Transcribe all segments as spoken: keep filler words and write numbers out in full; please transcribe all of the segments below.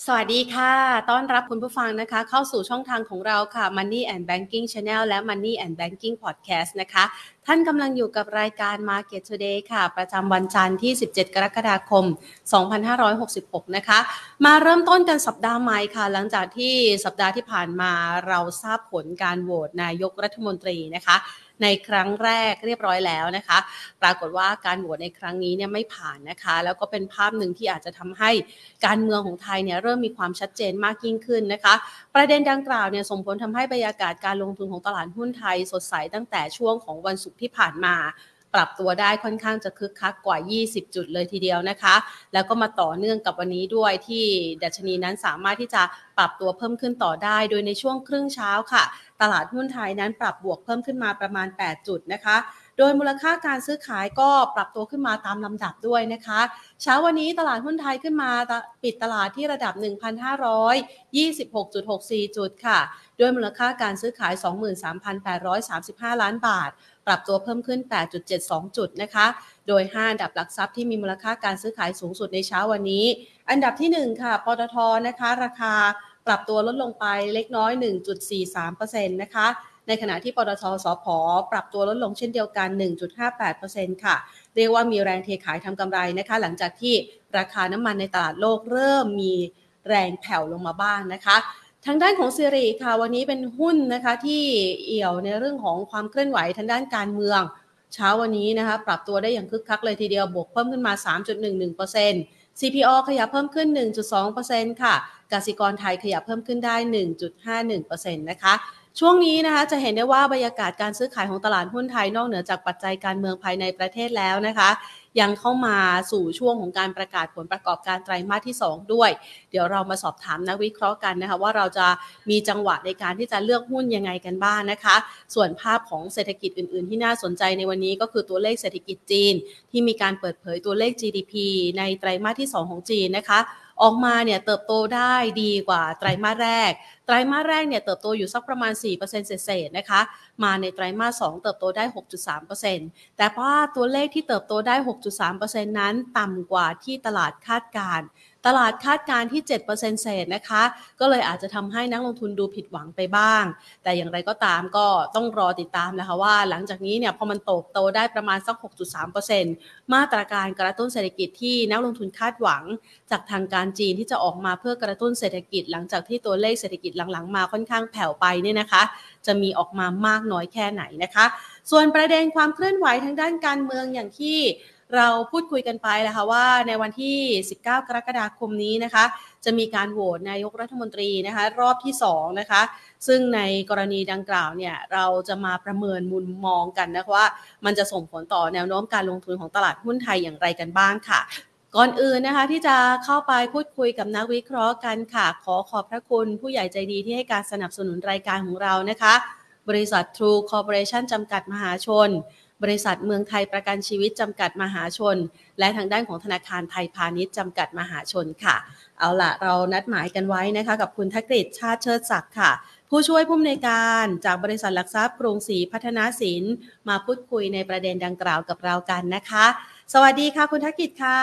สวัสดีค่ะต้อนรับคุณผู้ฟังนะคะเข้าสู่ช่องทางของเราค่ะ Money and Banking Channel และ Money and Banking Podcast นะคะท่านกำลังอยู่กับรายการ Market Today ค่ะประจำวันจันทร์ที่สิบเจ็ดกรกฎาคมสองพันห้าร้อยหกสิบหกนะคะมาเริ่มต้นกันสัปดาห์ใหม่ค่ะหลังจากที่สัปดาห์ที่ผ่านมาเราทราบผลการโหวตนายกรัฐมนตรีนะคะในครั้งแรกเรียบร้อยแล้วนะคะปรากฏว่าการโหวตในครั้งนี้เนี่ยไม่ผ่านนะคะแล้วก็เป็นภาพหนึ่งที่อาจจะทำให้การเมืองของไทยเนี่ยเริ่มมีความชัดเจนมากยิ่งขึ้นนะคะประเด็นดังกล่าวเนี่ยส่งผลทำให้บรรยากาศการลงทุนของตลาดหุ้นไทยสดใสตั้งแต่ช่วงของวันศุกร์ที่ผ่านมาปรับตัวได้ค่อนข้างจะคึกคักกว่ายี่สิบจุดเลยทีเดียวนะคะแล้วก็มาต่อเนื่องกับวันนี้ด้วยที่ดัชนีนั้นสามารถที่จะปรับตัวเพิ่มขึ้นต่อได้โดยในช่วงครึ่งเช้าค่ะตลาดหุ้นไทยนั้นปรับบวกเพิ่มขึ้นมาประมาณแปดจุดนะคะโดยมูลค่าการซื้อขายก็ปรับตัวขึ้นมาตามลำดับด้วยนะคะเช้าวันนี้ตลาดหุ้นไทยขึ้นมาปิดตลาดที่ระดับ หนึ่งพันห้าร้อยยี่สิบหกจุดหกสี่ จุดค่ะด้วยมูลค่าการซื้อขาย สองหมื่นสามพันแปดร้อยสามสิบห้า ล้านบาทปรับตัวเพิ่มขึ้น แปดจุดเจ็ดสอง จุดนะคะโดยห้าอันดับหลักทรัพย์ที่มีมูลค่าการซื้อขายสูงสุดในเช้าวันนี้อันดับที่หนึ่งค่ะปตท.นะคะราคาปรับตัวลดลงไปเล็กน้อย หนึ่งจุดสี่สามเปอร์เซ็นต์ นะคะในขณะที่ปตท.สผ.ปรับตัวลดลงเช่นเดียวกัน หนึ่งจุดห้าแปดเปอร์เซ็นต์ ค่ะเรียกว่ามีแรงเทขายทำกำไรนะคะหลังจากที่ราคาน้ำมันในตลาดโลกเริ่มมีแรงแผ่วลงมาบ้างนะคะทางด้านของสิริค่ะวันนี้เป็นหุ้นนะคะที่เอี่ยวในเรื่องของความเคลื่อนไหวทางด้านการเมืองเช้าวันนี้นะคะปรับตัวได้อย่างคึกคักเลยทีเดียวบวกเพิ่มขึ้นมา สามจุดหนึ่งหนึ่งเปอร์เซ็นต์ ซี พี โอ ขยับเพิ่มขึ้น หนึ่งจุดสองเปอร์เซ็นต์ ค่ะกสิกรไทยขยับเพิ่มขึ้นได้ หนึ่งจุดห้าหนึ่งเปอร์เซ็นต์ นะคะช่วงนี้นะคะจะเห็นได้ว่าบรรยากาศการซื้อขายของตลาดหุ้นไทยนอกเหนือจากปัจจัยการเมืองภายในประเทศแล้วนะคะยังเข้ามาสู่ช่วงของการประกาศผลประกอบการไตรมาสที่สองด้วยเดี๋ยวเรามาสอบถามนักวิเคราะห์กันนะคะว่าเราจะมีจังหวะในการที่จะเลือกหุ้นยังไงกันบ้างนะคะส่วนภาพของเศรษฐกิจอื่นๆที่น่าสนใจในวันนี้ก็คือตัวเลขเศรษฐกิจจีนที่มีการเปิดเผยตัวเลข จี ดี พี ในไตรมาสที่สองของจีนนะคะออกมาเนี่ยเติบโตได้ดีกว่าไตรมาสแรกไตรมาสแรกเนี่ยเติบโตอยู่สักประมาณ สี่เปอร์เซ็นต์ เศษๆนะคะมาในไตรมาสสองเติบโตได้ หกจุดสามเปอร์เซ็นต์ แต่ว่าตัวเลขที่เติบโตได้ หกจุดสามเปอร์เซ็นต์ นั้นต่ำกว่าที่ตลาดคาดการณ์ตลาดคาดการณ์ที่ เจ็ดเปอร์เซ็นต์ เศษนะคะก็เลยอาจจะทำให้นักลงทุนดูผิดหวังไปบ้างแต่อย่างไรก็ตามก็ต้องรอติดตามนะคะว่าหลังจากนี้เนี่ยพอมันโตโตได้ประมาณสัก หกจุดสามเปอร์เซ็นต์ มาตรการกระตุ้นเศรษฐกิจที่นักลงทุนคาดหวังจากทางการจีนที่จะออกมาเพื่อกระตุ้นเศรษฐกิจหลังจากที่ตัวเลขเศรษฐกิจหลังๆมาค่อนข้างแผ่วไปเนี่ยนะคะจะมีออกมามากน้อยแค่ไหนนะคะส่วนประเด็นความเคลื่อนไหวทางด้านการเมืองอย่างที่เราพูดคุยกันไปแล้วค่ะว่าในวันที่สิบเก้ากรกฎาคมนี้นะคะจะมีการโหวตนายกรัฐมนตรีนะคะรอบที่สองนะคะซึ่งในกรณีดังกล่าวเนี่ยเราจะมาประเมินมุมมองกันนะคะว่ามันจะส่งผลต่อแนวโน้มการลงทุนของตลาดหุ้นไทยอย่างไรกันบ้างค่ะก่อนอื่นนะคะที่จะเข้าไปพูดคุยกับนักวิเคราะห์กันค่ะขอขอบพระคุณผู้ใหญ่ใจดีที่ให้การสนับสนุนรายการของเรานะคะบริษัท True Corporation จำกัดมหาชนบริษัทเมืองไทยประกันชีวิตจำกัดมหาชนและทางด้านของธนาคารไทยพาณิชย์จำกัดมหาชนค่ะเอาล่ะเรานัดหมายกันไว้นะคะกับคุณธกฤษชาติเชิดศักดิ์ค่ะผู้ช่วยผู้อำนวยการจากบริษัทหลักทรัพย์กรุงศรีพัฒนาสินมาพูดคุยในประเด็นดังกล่าวกับเรากันนะคะสวัสดีค่ะคุณธกฤษค่ะ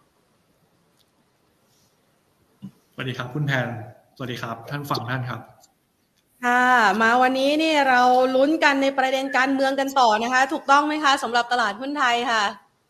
สวัสดีครับคุณแพนสวัสดีครับท่านฝั่งท่านครับค่ะมาวันนี้นี่เราลุ้นกันในประเด็นการเมืองกันต่อนะคะถูกต้องไหมคะสำหรับตลาดหุ้นไทยค่ะ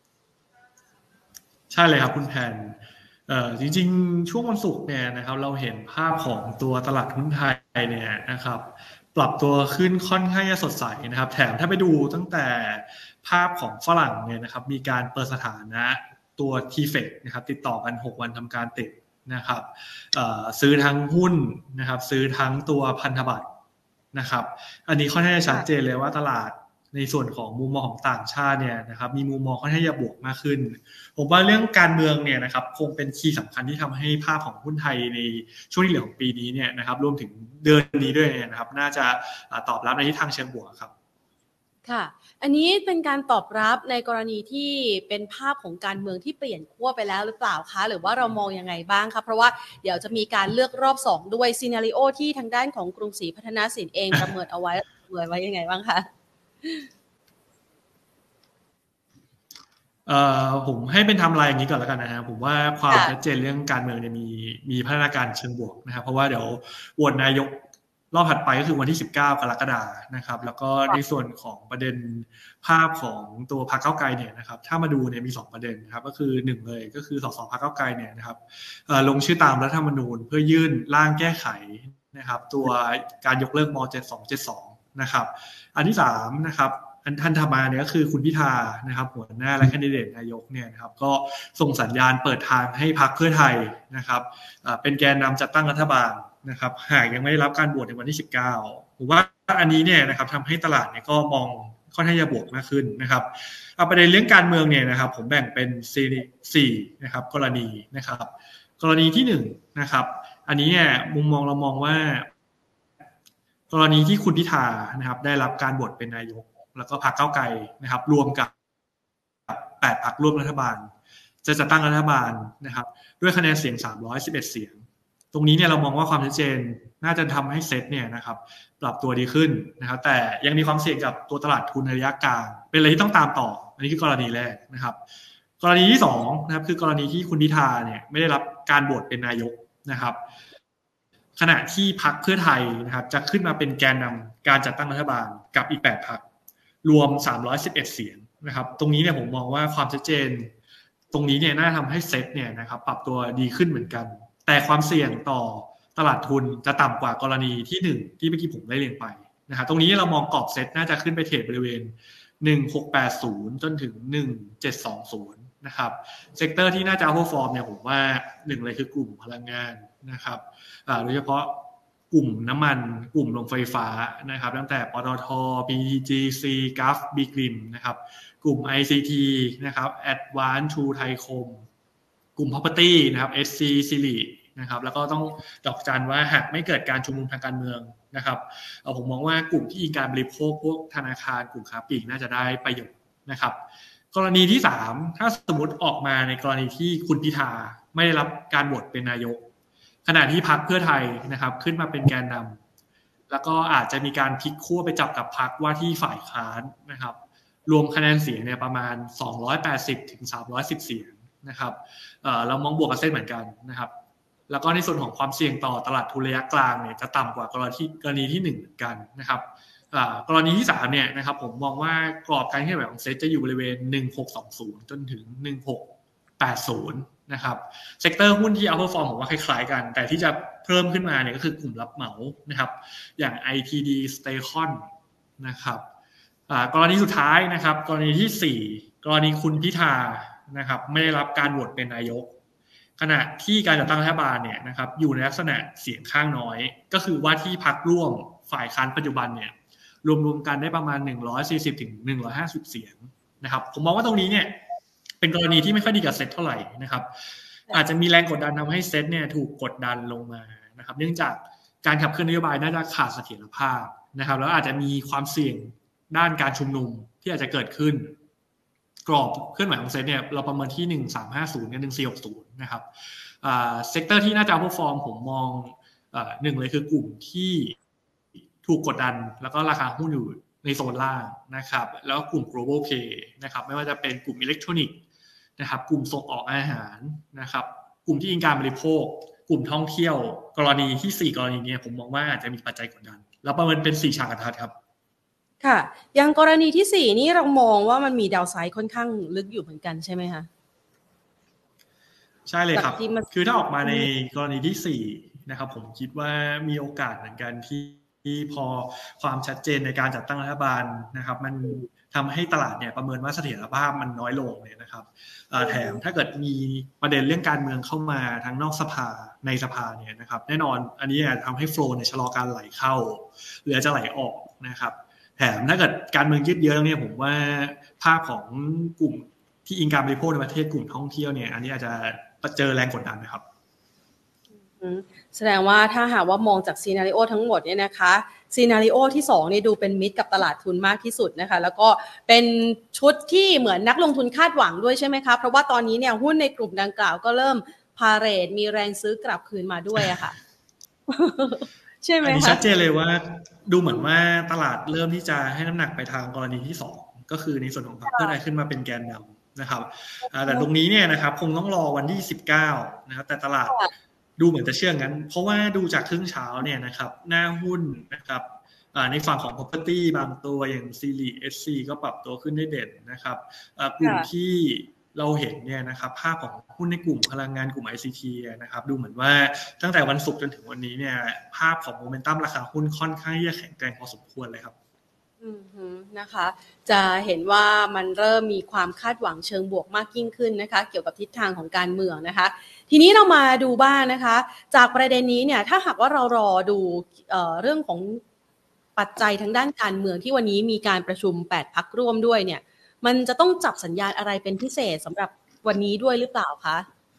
ใช่เลยครับคุณแพนเอ่อจริงๆช่วงวันศุกร์เนี่ยนะครับเราเห็นภาพของตัวตลาดหุ้นไทยเนี่ยนะครับปรับตัวขึ้นค่อนข้างจะสดใสนะครับแถมถ้าไปดูตั้งแต่ภาพของฝรั่งเนี่ยนะครับมีการเปิดสถานะตัว ที เฟ อี นะครับติดต่อกันหกวันทำการติดนะครับซื้อทั้งหุ้นนะครับซื้อทั้งตัวพันธบัตรนะครับอันนี้ค่อนข้างจะชัดเจนเลยว่าตลาดในส่วนของมุมมองของต่างชาติเนี่ยนะครับมีมุมมองค่อนข้างจะบวกมากขึ้นผมว่าเรื่องการเมืองเนี่ยนะครับคงเป็นคีย์สำคัญที่ทำให้ภาพของหุ้นไทยในช่วงที่เหลือของปีนี้เนี่ยนะครับรวมถึงเดือนนี้ด้วยนะครับน่าจะตอบรับในทิศทางเชิงบวกครับค่ะอันนี้เป็นการตอบรับในกรณีที่เป็นภาพของการเมืองที่เปลี่ยนขั้วไปแล้วหรือเปล่าคะหรือว่าเรามองยังไงบ้างคะเพราะว่าเดี๋ยวจะมีการเลือกรอบสองด้วยซีนาริโอที่ทางด้านของกรุงศรีพัฒนาสินเองประเมินเอาไว้ประเมินไว้ยังไงบ้างคะเอ่อผมให้เป็นไทม์ไลน์อย่างนี้ก่อนแล้วกันนะฮะผมว่าความชัดเจนเรื่องการเมืองเนี่ยมีมีพัฒนาการเชิงบวกนะครับเพราะว่าเดี๋ยวโหวตนายกรอบถัดไปก็คือวันที่สิบเก้ากรกฎาคมนะครับแล้วก็ในส่วนของประเด็นภาพของตัวพรรคก้าวไกลเนี่ยนะครับถ้ามาดูเนี่ยมีสองประเด็นนะครับก็คือหนึ่งเลยก็คือสสพรรคก้าวไกลเนี่ยนะครับลงชื่อตามรัฐธรรมนูญเพื่อยื่นร่างแก้ไขนะครับตัวการยกเลิกม.เจ็ดสองเจ็ดสองนะครับอันที่สามนะครับอันท่านทำมาเนี่ยก็คือคุณพิธานะครับหัวหน้าและแคนดิเดตนายกเนี่ยนะครับก็ส่งสัญญาณเปิดทางให้พรรคเพื่อไทยนะครับเป็นแกนนำจัดตั้งรัฐบาลนะครับหากยังไม่ได้รับการโหวตในวันที่สิบเก้าผมว่าอันนี้เนี่ยนะครับทำให้ตลาดเนี่ยก็มองค่อนข้างจะบวกมากขึ้นนะครับเอาประเด็นเรื่องการเมืองเนี่ยนะครับผมแบ่งเป็นสี่นะครับกรณีนะครับกรณีที่หนึ่งนะครับอันนี้เนี่ยมุมมองเรามองว่ากรณีที่คุณพิธานะครับได้รับการโหวตเป็นนายกแล้วก็พรรคก้าวไกลนะครับรวมกับแปดพรรคร่วมรัฐบาลจะจัดตั้งรัฐบาลนะครับด้วยคะแนนเสียงสามร้อยสิบเอ็ดเสียงตรงนี้เนี่ยเรามองว่าความชัดเจนน่าจะทำให้เซ็ตเนี่ยนะครับปรับตัวดีขึ้นนะครับแต่ยังมีความเสี่ยงกับตัวตลาดทุนในระยะกลางเป็นอะไรที่ต้องตามต่ออันนี้คือกรณีแรกนะครับกรณีที่สองนะครับคือกรณีที่คุณพิธาเนี่ยไม่ได้รับการโหวตเป็นนายกนะครับขณะที่พรรคเพื่อไทยนะครับจะขึ้นมาเป็นแกนนำการจัดตั้งรัฐบาลกับอีกแปดพรรครวมสามร้อยสิบเอ็ดเสียงนะครับตรงนี้เนี่ยผมมองว่าความชัดเจนตรงนี้เนี่ยน่าทำให้เซ็ตเนี่ยนะครับปรับตัวดีขึ้นเหมือนกันแต่ความเสี่ยงต่อตลาดทุนจะต่ำกว่ากรณีที่หนึ่งที่เมื่อกี้ผมได้เรียนไปนะครับตรงนี้เรามองกรอบเซ็ตน่าจะขึ้นไปเทรดบริเวณหนึ่งพันหกร้อยแปดสิบจนถึงหนึ่งพันเจ็ดร้อยยี่สิบนะครับเซกเตอร์ที่น่าจะเอาพอร์ฟอร์มเนี่ยผมว่าหนึ่งเลยคือกลุ่มพลังงานนะครับอ่าโดยเฉพาะกลุ่มน้ำมันกลุ่มโรงไฟฟ้านะครับตั้งแต่ปตท พี ที จี ซี จี เอฟ บี จี เอ เอ็ม นะครับกลุ่ม ไอ ซี ที นะครับ Advanced True Thaikom กลุ่ม property นะครับ เอส ซี Siri นะครับแล้วก็ต้องดอกจันว่าหากไม่เกิดการชุมนุมทางการเมืองนะครับเอาผมมองว่ากลุ่มที่อิงการบริโภคพวกธนาคารกลุ่มค้าปลีกน่าจะได้ประโยชน์นะครับกรณีที่สามถ้าสมมติออกมาในกรณีที่คุณพิธาไม่ได้รับการโหวตเป็นนายกขณะที่พรรคเพื่อไทยนะครับขึ้นมาเป็นแกนนำแล้วก็อาจจะมีการพลิกขั้วไปจับกับพรรคว่าที่ฝ่ายค้านนะครับรวมคะแนนเสียงเนี่ยประมาณสองร้อยแปดสิบถึงสามร้อยสิบเสียงนะครับเอ่อเรามองบวกกับเส้นเหมือนกันนะครับแล้วก็ในส่วนของความเสี่ยงต่อตลาดทุนระยะกลางเนี่ยจะต่ำกว่ากรณีที่กรณีที่หนึ่งเหมือนกันนะครับกรณีที่สามเนี่ยนะครับผมมองว่ากรอบการเคลื่อนไหวของเซ็ตจะอยู่บริเวณหนึ่งพันหกร้อยยี่สิบจนถึงหนึ่งพันหกร้อยแปดสิบนะครับเซกเตอร์หุ้นที่อัพเพอร์ฟอร์มผมว่าคล้ายๆกันแต่ที่จะเพิ่มขึ้นมาเนี่ยก็คือกลุ่มรับเหมานะครับอย่าง ไอ ที ดี Staycon นะครับกรณีสุดท้ายนะครับกรณีที่สี่กรณีคุณพิธานะครับไม่ได้รับการโหวตเป็นนายกขณะที่การจัดตั้งรัฐบาลเนี่ยนะครับอยู่ในลักษณะเสียงข้างน้อยก็คือว่าที่พรรคร่วมฝ่ายค้านปัจจุบันเนี่ยรวมๆกันได้ประมาณหนึ่งร้อยสี่สิบถึงหนึ่งร้อยห้าสิบเสียงนะครับผมมองว่าตรงนี้เนี่ยเป็นกรณีที่ไม่ค่อยดีกับเซ็ตเท่าไหร่นะครับอาจจะมีแรงกดดันทำให้เซ็ตเนี่ยถูกกดดันลงมานะครับเนื่องจากการขับเคลื่อนนโยบายน่าจะขาดเสถียรภาพนะครับแล้วอาจจะมีความเสี่ยงด้านการชุมนุมที่อาจจะเกิดขึ้นกรอบเคลื่อนไหวของเซ็ตเนี่ยเราประเมินที่หนึ่งพันสามร้อยห้าสิบกับหนึ่งพันสี่ร้อยหกสิบนะครับอ่าเซกเตอร์ที่น่าจะเอาพอร์ฟอร์มผมมองอ่าหนึ่งเลยคือกลุ่มที่ถูกกดดันแล้วก็ราคาหุ้นอยู่ในโซนล่างนะครับแล้วกลุ่ม global play นะครับไม่ว่าจะเป็นกลุ่มอิเล็กทรอนิกส์นะครับกลุ่มส่งออกอาหารนะครับกลุ่มที่อิงการบริโภคกลุ่มท่องเที่ยวกรณีที่สี่กรณีนี้ผมมองว่าอาจจะมีปัจจัยกดดันแล้วประเมินเป็นสี่ฉากทัดครับค่ะอย่างกรณีที่สี่นี่เรามองว่ามันมีดาวไซด์ค่อนข้างลึกอยู่เหมือนกันใช่ไหมคะใช่เลยครับคือถ้าออกมาในกรณีที่สี่นะครับผมคิดว่ามีโอกาสเหมือนกันที่ที่พอความชัดเจนในการจัดตั้งรัฐบาลนะครับมันทำให้ตลาดเนี่ยประเมินว่าเสถียรภาพมันน้อยลงเนี่ยนะครับแถมถ้าเกิดมีประเด็นเรื่องการเมืองเข้ามาทั้งนอกสภาในสภาเนี่ยนะครับแน่นอนอันนี้อาจจะทำให้โฟลว์เนี่ยชะลอการไหลเข้าหรือจะไหลออกนะครับแถมถ้าเกิดการเมืองยืดเยื้อเนี่ยผมว่าภาพของกลุ่มที่อิงการบริโภคในประเทศกลุ่มท่องเที่ยวเนี่ยอันนี้อาจจะเจอแรงกดดันนะครับแสดงว่าถ้าหากว่ามองจากซีนาริโอทั้งหมดเนี่ยนะคะซีนาริโอที่สองนี่ดูเป็นมิตรกับตลาดทุนมากที่สุดนะคะแล้วก็เป็นชุดที่เหมือนนักลงทุนคาดหวังด้วยใช่ไหมคะเพราะว่าตอนนี้เนี่ยหุ้นในกลุ่มดังกล่าวก็เริ่มพาเรทมีแรงซื้อกลับคืนมาด้วยอะค่ะใช่ไหมคะชัดเจนเลยว่าดูเหมือนว่าตลาดเริ่มที่จะให้น้ำหนักไปทางกรณีที่สองก็คือในส่วนของพรรคเพื่อไทยขึ้นมาเป็นแกนนนะครับแต่ตรงนี้เนี่ยนะครับคงต้องรอวันที่สิบเก้านะครับแต่ตลาดดูเหมือนจะเชื่องั้นเพราะว่าดูจากครึ่งเช้าเนี่ยนะครับหน้าหุ้นนะครับในฝั่งของ property บางตัวอย่าง ซี รี เอส ซี ก็ปรับตัวขึ้นได้เด่นนะครับกลุ่มที่เราเห็นเนี่ยนะครับภาพของหุ้นในกลุ่มพลังงานกลุ่ม ไอ ซี ที นะครับดูเหมือนว่าตั้งแต่วันศุกร์จนถึงวันนี้เนี่ยภาพของโมเมนตัมราคาหุ้นค่อนข้างที่จะแข็งแกร่งพอสมควรเลยครับอืมนะคะจะเห็นว่ามันเริ่มมีความคาดหวังเชิงบวกมากยิ่งขึ้นนะคะเกี่ยวกับทิศทางของการเมืองนะคะทีนี้เรามาดูบ้างนะคะจากประเด็นนี้เนี่ยถ้าหากว่าเรารอดู เอ่อ เรื่องของปัจจัยทางด้านการเมืองที่วันนี้มีการประชุมแปดพรรคร่วมด้วยเนี่ยมันจะต้องจับสัญญาณอะไรเป็นพิเศษสำหรับวันนี้ด้วยหรือเปล่าคะ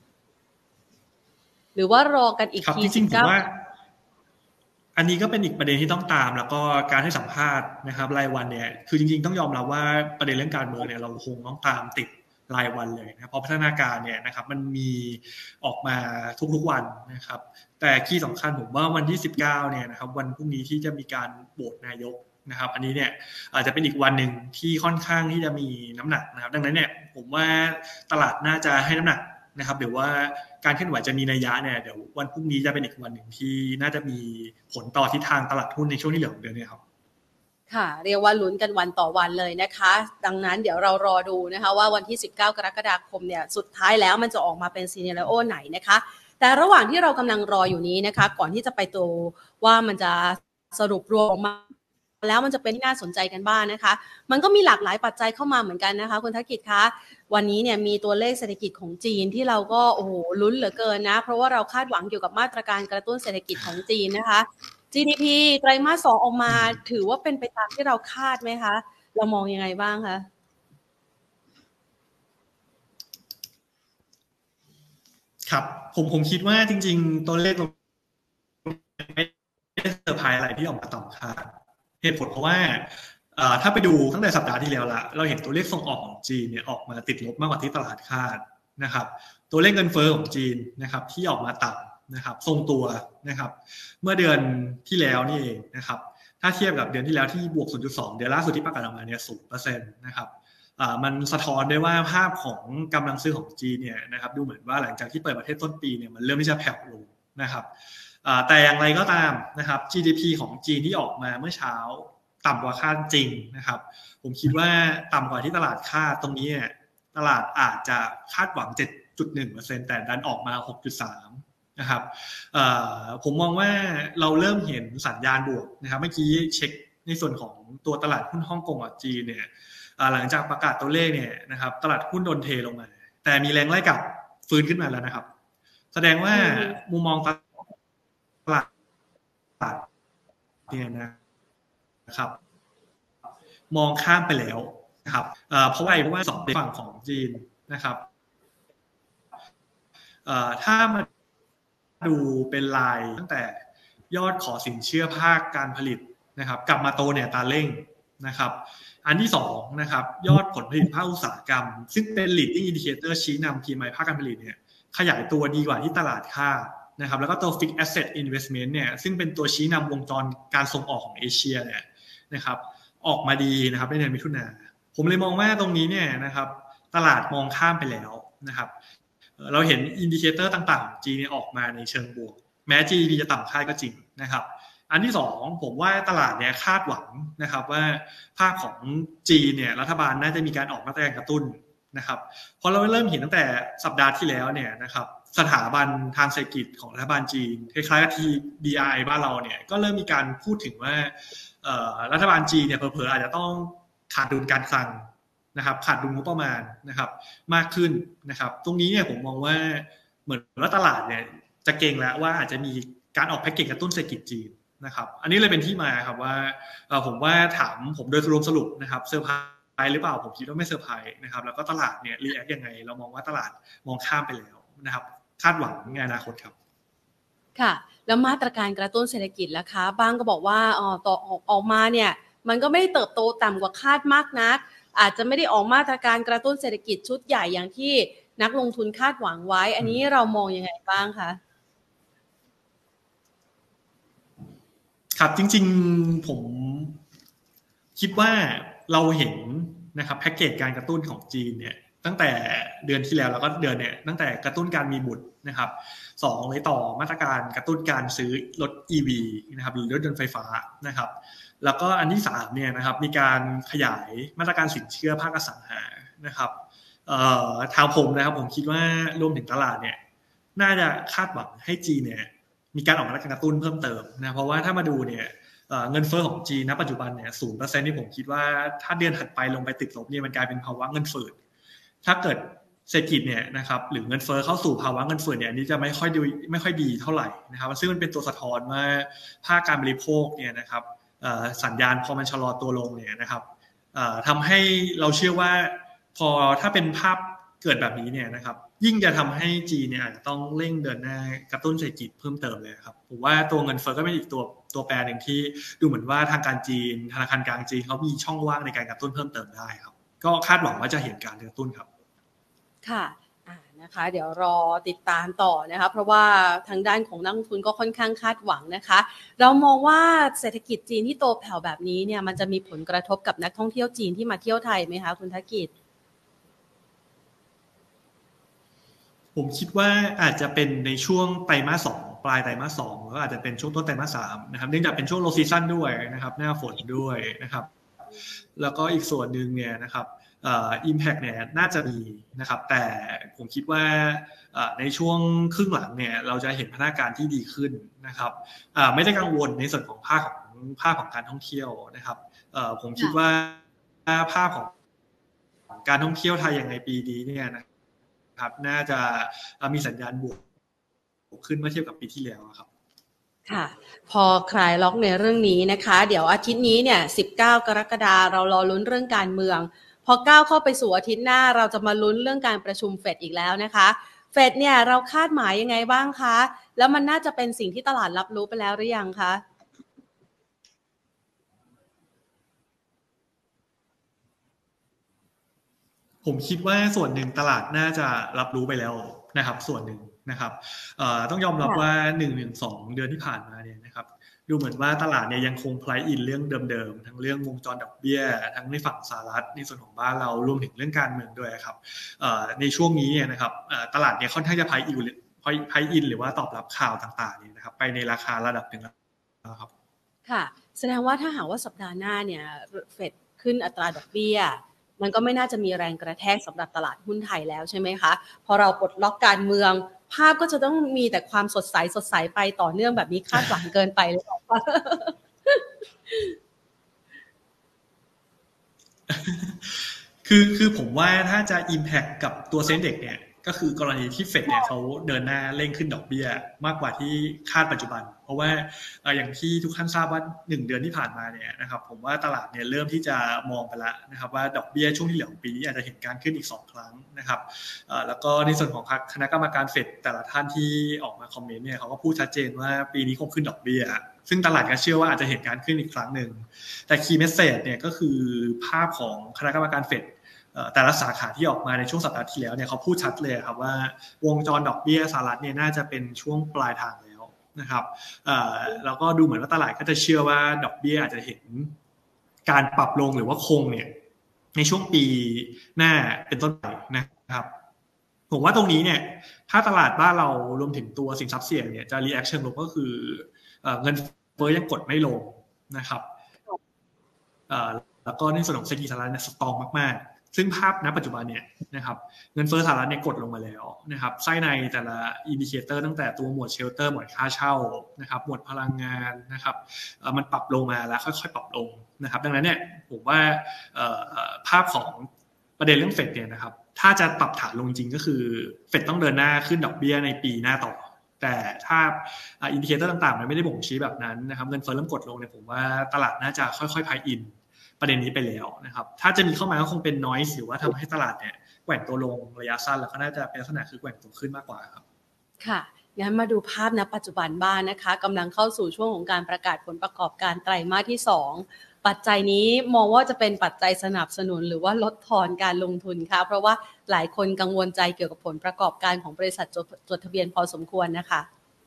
หรือว่ารอกันอีกทีจริงๆผมว่าอันนี้ก็เป็นอีกประเด็นที่ต้องตามแล้วก็การให้สัมภาษณ์นะครับรายวันเนี่ยคือจริงๆต้องยอมรับว่าประเด็นเรื่องการเมืองเนี่ยเราคงต้องตามติดรายวันเลยนะเพราะพัฒนาการเนี่ยนะครับมันมีออกมาทุกๆวันนะครับแต่คีย์สำคัญผมว่าวันที่สิบเก้าเนี่ยนะครับวันพรุ่งนี้ที่จะมีการโหวตนายกนะครับอันนี้เนี่ยอาจจะเป็นอีกวันหนึ่งที่ค่อนข้างที่จะมีน้ำหนักนะครับดังนั้นเนี่ยผมว่าตลาดน่าจะให้น้ำหนักนะครับเดี๋ยวว่าการเคลื่อนไหวจะมีนัยยะเนี่ยเดี๋ยววันพรุ่งนี้จะเป็นอีกวันหนึ่งที่น่าจะมีผลต่อทิศทางตลาดหุ้นในช่วงที่เหลือของเดือนนี้ครับค่ะเรียกว่าลุ้นกันวันต่อวันเลยนะคะดังนั้นเดี๋ยวเรารอดูนะคะว่าวันที่สิบเก้ากรกฎาคมเนี่ยสุดท้ายแล้วมันจะออกมาเป็นซีเนริโอไหนนะคะแต่ระหว่างที่เรากำลังรออยู่นี้นะคะก่อนที่จะไปตัวว่ามันจะสรุปรวมออกมาแล้วมันจะเป็นที่น่าสนใจกันบ้าง นะคะมันก็มีหลากหลายปัจจัยเข้ามาเหมือนกันนะคะคุณธกิจคะวันนี้เนี่ยมีตัวเลขเศรษฐกิจของจีนที่เราก็โอ้โหลุ้นเหลือเกินนะเพราะว่าเราคาดหวังเกี่ยวกับมาตรการกระตุ้นเศรษฐกิจของจีนนะคะ จี ดี พี ไตรมาสสองออกมาถือว่าเป็นไปตามที่เราคาดไหมคะเรามองยังไงบ้างคะครับผมผมคิดว่าจริงๆตัวเลขไม่ได้เซอร์ไพรส์อะไรที่ออกมาต่ำคาดเหตุผลเพราะว่าถ้าไปดูตั้งแต่สัปดาห์ที่แล้วละเราเห็นตัวเลขส่งออกของจีนเนี่ยออกมาติดลบมากกว่าที่ตลาดคาดนะครับตัวเลขเงินเฟ้อของจีนนะครับที่ออกมาต่ำนะครับทรงตัวนะครับเมื่อเดือนที่แล้วนี่เองนะครับถ้าเทียบกับเดือนที่แล้วที่บวก ศูนย์จุดสอง เดือนล่าสุดที่ประกาศออกมาเนี่ย ศูนย์เปอร์เซ็นต์ นะครับมันสะท้อนได้ว่าภาพของกำลังซื้อของจีนเนี่ยนะครับดูเหมือนว่าหลังจากที่เปิดประเทศต้นปีเนี่ยมันเริ่มที่จะแผ่วลงนะครับแต่อย่างไรก็ตามนะครับ จี ดี พี ของจีนที่ออกมาเมื่อเช้าต่ำกว่าคาดจริงนะครับผมคิดว่าต่ำกว่าที่ตลาดคาดตรงนี้ตลาดอาจจะคาดหวัง เจ็ดจุดหนึ่งเปอร์เซ็นต์ แต่ดันออกมา หกจุดสาม นะครับผมมองว่าเราเริ่มเห็นสัญญาณบวกนะครับเมื่อกี้เช็คในส่วนของตัวตลาดหุ้นฮ่องกงกับจีนเนี่ยหลังจากประกาศตัวเลขเนี่ยนะครับตลาดหุ้นโดนเทลงมาแต่มีแรงไล่กลับฟื้นขึ้นมาแล้วนะครับแสดงว่ามุมมองตลาดเนี่ยนะครับมองข้ามไปแล้วนะครับเพราะว่าเพราะว่าสองฝั่งของจีนนะครับถ้ามาดูเป็นลายตั้งแต่ยอดขอสินเชื่อภาคการผลิตนะครับกลับมาโตเนี่ยตาเร่งนะครับอันที่สองนะครับยอดผลผลิตภาคอุตสาหกรรมซึ่งเป็น leading indicator ชี้นำ พี เอ็ม ไอ ภาคการผลิตเนี่ยขยายตัวดีกว่าที่ตลาดคาดนะครับแล้วก็ตัว fixed asset investment เนี่ยซึ่งเป็นตัวชี้นำวงจรการส่งออกของเอเชียเนี่ยนะครับออกมาดีนะครับในเดือนมิถุนายนผมเลยมองว่าตรงนี้เนี่ยนะครับตลาดมองข้ามไปแล้วนะครับเราเห็นอินดิเคเตอร์ต่างๆของจีนออกมาในเชิงบวกแม้ จี ดี พี จะต่ำคาดก็จริงนะครับอันที่สองผมว่าตลาดเนี่ยคาดหวังนะครับว่าภาคของจีนเนี่ยรัฐบาลน่าจะมีการออกมาตรการกระตุ้นนะครับพอเราเริ่มเห็นตั้งแต่สัปดาห์ที่แล้วเนี่ยนะครับสถาบันทางเศรษฐกิจของรัฐบาลจีนคล้ายๆกับที่ ดี ไอ บ้านเราเนี่ยก็เริ่มมีการพูดถึงว่ารัฐบาลจีนเนี่ยเผลอๆอาจจะต้องขาดดุลการคลังนะครับขาดดุลงบประมาณนะครับมากขึ้นนะครับตรงนี้เนี่ยผมมองว่าเหมือนว่าตลาดเนี่ยจะเก่งแล้วว่าอาจจะมีการออกแพ็กเกจกระตุ้นเศรษฐกิจจีนนะครับอันนี้เลยเป็นที่มาครับว่าผมว่าถามผมโดยรวมสรุปนะครับเซอร์ไพรส์หรือเปล่าผมคิดว่าไม่เซอร์ไพรส์นะครับแล้วก็ตลาดเนี่ยรีแอคยังไงเรามองว่าตลาดมองข้ามไปแล้วนะครับคาดหวังในอนาคตครับค่ะแล้วมาตรการกระตุ้นเศรษฐกิจล่ะคะบางก็บอกว่าอ๋อต่อออกออกมาเนี่ยมันก็ไม่ได้เติบโตต่ำกว่าคาดมากนักอาจจะไม่ได้ออกมาตรการกระตุ้นเศรษฐกิจชุดใหญ่อย่างที่นักลงทุนคาดหวังไว้อันนี้เรามองยังไงบ้างคะครับจริงๆผมคิดว่าเราเห็นนะครับแพ็กเกจการกระตุ้นของจีนเนี่ยตั้งแต่เดือนที่แล้วแล้วก็เดือนเนี่ยตั้งแต่กระตุ้นการมีบุตรนะครับสองเลยต่อมาตรการกระตุ้นการซื้อรถ อี วี นะครับหรือรถยนต์ไฟฟ้านะครับแล้วก็อันที่สามเนี่ยนะครับมีการขยายมาตรการสินเชื่อภาคอสังหานะครับเอ่อทางผมนะครับผมคิดว่ารวมถึงตลาดเนี่ยน่าจะคาดหวังให้จีนเนี่ยมีการออกมาตรการกระตุ้นเพิ่มเติมนะเพราะว่าถ้ามาดูเนี่ยเงินเฟ้อของจีนณปัจจุบันเนี่ย ศูนย์เปอร์เซ็นต์ ที่ผมคิดว่าถ้าเดือนถัดไปลงไปติดลบเนี่ยมันกลายเป็นภาวะเงินฝืดถ้าเกิดเศรษฐกิจเนี่ยนะครับหรือเงินเฟ้อเข้าสู่ภาวะเงินฝืดเนี่ยอันนี้จะไม่ค่อยดีไม่ค่อยดีเท่าไหร่นะครับซึ่งมันเป็นตัวสะท้อนว่าภาคการบริโภคเนี่ยนะครับสัญญาณพอมันชะลอตัวลงเนี่ยนะครับทำให้เราเชื่อว่าพอถ้าเป็นภาพเกิดแบบนี้เนี่ยนะครับยิ่งจะทำให้จีนเนี่ยอาจจะต้องเร่งเดินหน้ากระตุ้นเศรษฐกิจเพิ่มเติมเลยครับผมว่าตัวเงินเฟ้อก็เป็นอีกตัวตัวแปรหนึ่งที่ดูเหมือนว่าทางการจีนธนาคารกลางจีนเขามีช่องว่างในการกระตุ้นเพิ่มเติมได้ครับก็คาดหวังว่าจะเห็นการกระตุ้นครับค่ะนะคะเดี๋ยวรอติดตามต่อนะคะเพราะว่าทางด้านของนักลงทุนก็ค่อนข้างคาดหวังนะคะเรามองว่าเศรษฐกิจจีนที่โตแผ่วแบบนี้เนี่ยมันจะมีผลกระทบกับนักท่องเที่ยวจีนที่มาเที่ยวไทยไหมคะคุณธกิจผมคิดว่าอาจจะเป็นในช่วงไตรมาสสองปลายไตรมาสสองแล้วอาจจะเป็นช่วงต้นไตรมาสสามนะครับเนื่องจากเป็นช่วงโลซีซั่นด้วยนะครับหน้าฝนด้วยนะครับแล้วก็อีกส่วนหนึ่งเนี่ยนะครับเอ่อ impact เนี่ยน่าจะมีนะครับแต่ผมคิดว่าในช่วงครึ่งหลังเนี่ยเราจะเห็นพัฒนาการที่ดีขึ้นนะครับไม่ได้กังวลในส่วนของภาคของภาคของการท่องเที่ยวนะครับผมคิดว่าภาพของการท่องเที่ยวไทยอย่างในปีนี้เนี่ยนะครับน่าจะมีสัญญาณบวกขึ้นเมื่อเทียบกับปีที่แล้วครับค่ะพอคลายล็อกในเรื่องนี้นะคะเดี๋ยวอาทิตย์นี้เนี่ยสิบเก้ากรกฎาคมเรารอลุ้นเรื่องการเมืองพอก้าวเข้าไปสู่อาทิตย์หน้าเราจะมาลุ้นเรื่องการประชุมเฟดอีกแล้วนะคะเฟดเนี่ยเราคาดหมายยังไงบ้างคะแล้วมันน่าจะเป็นสิ่งที่ตลาดรับรู้ไปแล้วหรือยังคะผมคิดว่าส่วนหนึ่งตลาดน่าจะรับรู้ไปแล้วนะครับส่วนหนึ่งนะครับต้องยอมรับว่า หนึ่งถึงสอง เดือนที่ผ่านมาเนี่ยนะครับดูเหมือนว่าตลาดเนี่ยยังคงไพรซ์อินเรื่องเดิมๆทั้งเรื่องวงจรดอกเบี้ยทั้งในฝั่งสหรัฐในส่วนของบ้านเรารวมถึงเรื่องการเมืองด้วยครับในช่วงนี้เนี่ยนะครับตลาดเนี่ยค่อนข้างจะไพรซ์อินไพรซ์อินหรือว่าตอบรับข่าวต่างๆเนี่ยนะครับไปในราคาระดับหนึ่งแล้วครับค่ะแสดงว่าถ้าหากว่าสัปดาห์หน้าเนี่ยเฟดขึ้นอัตราดอกเบี้ยมันก็ไม่น่าจะมีแรงกระแทกสำหรับตลาดหุ้นไทยแล้วใช่ไหมคะพอเราปลดล็อกการเมืองภาพก็จะต้องมีแต่ความสดใสสดใสไปต่อเนื่องแบบนี้คาดหวังเกินไปหรือเปล่าคือคือผมว่าถ้าจะ impact กับตัวเซ็นเด็กเนี่ยก็คือกรณีที่เฟดเนี่ยเขาเดินหน้าเร่งขึ้นดอกเบี้ยมากกว่าที่คาดปัจจุบันเพราะว่าอย่างที่ทุกท่านทราบว่าหนึ่งเดือนที่ผ่านมาเนี่ยนะครับผมว่าตลาดเนี่ยเริ่มที่จะมองไปแล้วนะครับว่าดอกเบี้ยช่วงที่เหลือของปีนี้อาจจะเห็นการขึ้นอีกสองครั้งนะครับแล้วก็ในส่วนของคณะกรรมการเฟดแต่ละท่านที่ออกมาคอมเมนต์เนี่ยเขาก็พูดชัดเจนว่าปีนี้คงขึ้นดอกเบี้ยซึ่งตลาดก็เชื่อว่าอาจจะเห็นการขึ้นอีกครั้งหนึ่งแต่ key message เนี่ยก็คือภาพของคณะกรรมการเฟดแต่ละสาขาที่ออกมาในช่วงสัปดาห์ที่แล้วเนี่ยเขาพูดชัดเลยครับว่าวงจรดอกเบี้ยสหรัฐเนี่ยน่าจะเป็นช่วงปลายทางแล้วนะครับแล้วก็ดูเหมือนว่าตลาดก็จะเชื่อว่าดอกเบี้ยอาจจะเห็นการปรับลงหรือว่าคงเนี่ยในช่วงปีหน้าเป็นต้นไปนะครับผมว่าตรงนี้เนี่ยถ้าตลาดบ้านเรารวมถึงตัวสินทรัพย์เสี่ยงเนี่ยจะรีแอคชั่นลงก็คือเงินเฟ้อยังกดไม่ลงนะครับแล้วก็ในส่วนของเศรษฐกิจสหรัฐเนี่ยสตรองมากๆซึ่งภาพณปัจจุบันเนี่ยนะครับเงินเฟ้อสหรัฐเนี่ยกดลงมาแล้วนะครับไส้ในแต่ละอินดิเคเตอร์ตั้งแต่ตัวหมวดเชลเตอร์หมวดค่าเช่านะครับหมวดพลังงานนะครับมันปรับลงมาแล้วค่อยๆปรับลงนะครับดังนั้นเนี่ยผมว่าภาพของประเด็นเรื่องเฟดเนี่ยนะครับถ้าจะปรับฐานลงจริงก็คือเฟดต้องเดินหน้าขึ้นดอกเบี้ยในปีหน้าต่อแต่ถ้าอินดิเคเตอร์ต่างๆมันไม่ได้บ่งชี้แบบนั้นนะครับเงินเฟ้อเริ่มกดลงเนี่ยผมว่าตลาดน่าจะค่อยๆไพรซ์อินประเด็นนี้ไปแล้วนะครับถ้าจะมีเข้ามาก็คงเป็น noise หรือว่าทำให้ตลาดเนี่ยแกว่งตัวลงระยะสั้นแล้วก็น่าจะเป็นลักษณะคือแกว่งตัวขึ้นมากกว่าครับค่ะงั้นมาดูภาพณปัจจุบันบ้าง นะคะกำลังเข้าสู่ช่วงของการประกาศผลประกอบการไตรมาสที่สองปัจจัยนี้มองว่าจะเป็นปัจจัยสนับสนุนหรือว่าลดทอนการลงทุนค่ะเพราะว่าหลายคนกังวลใจเกี่ยวกับผลประกอบการของบริษัทจดทะเบียนพอสมควรนะคะ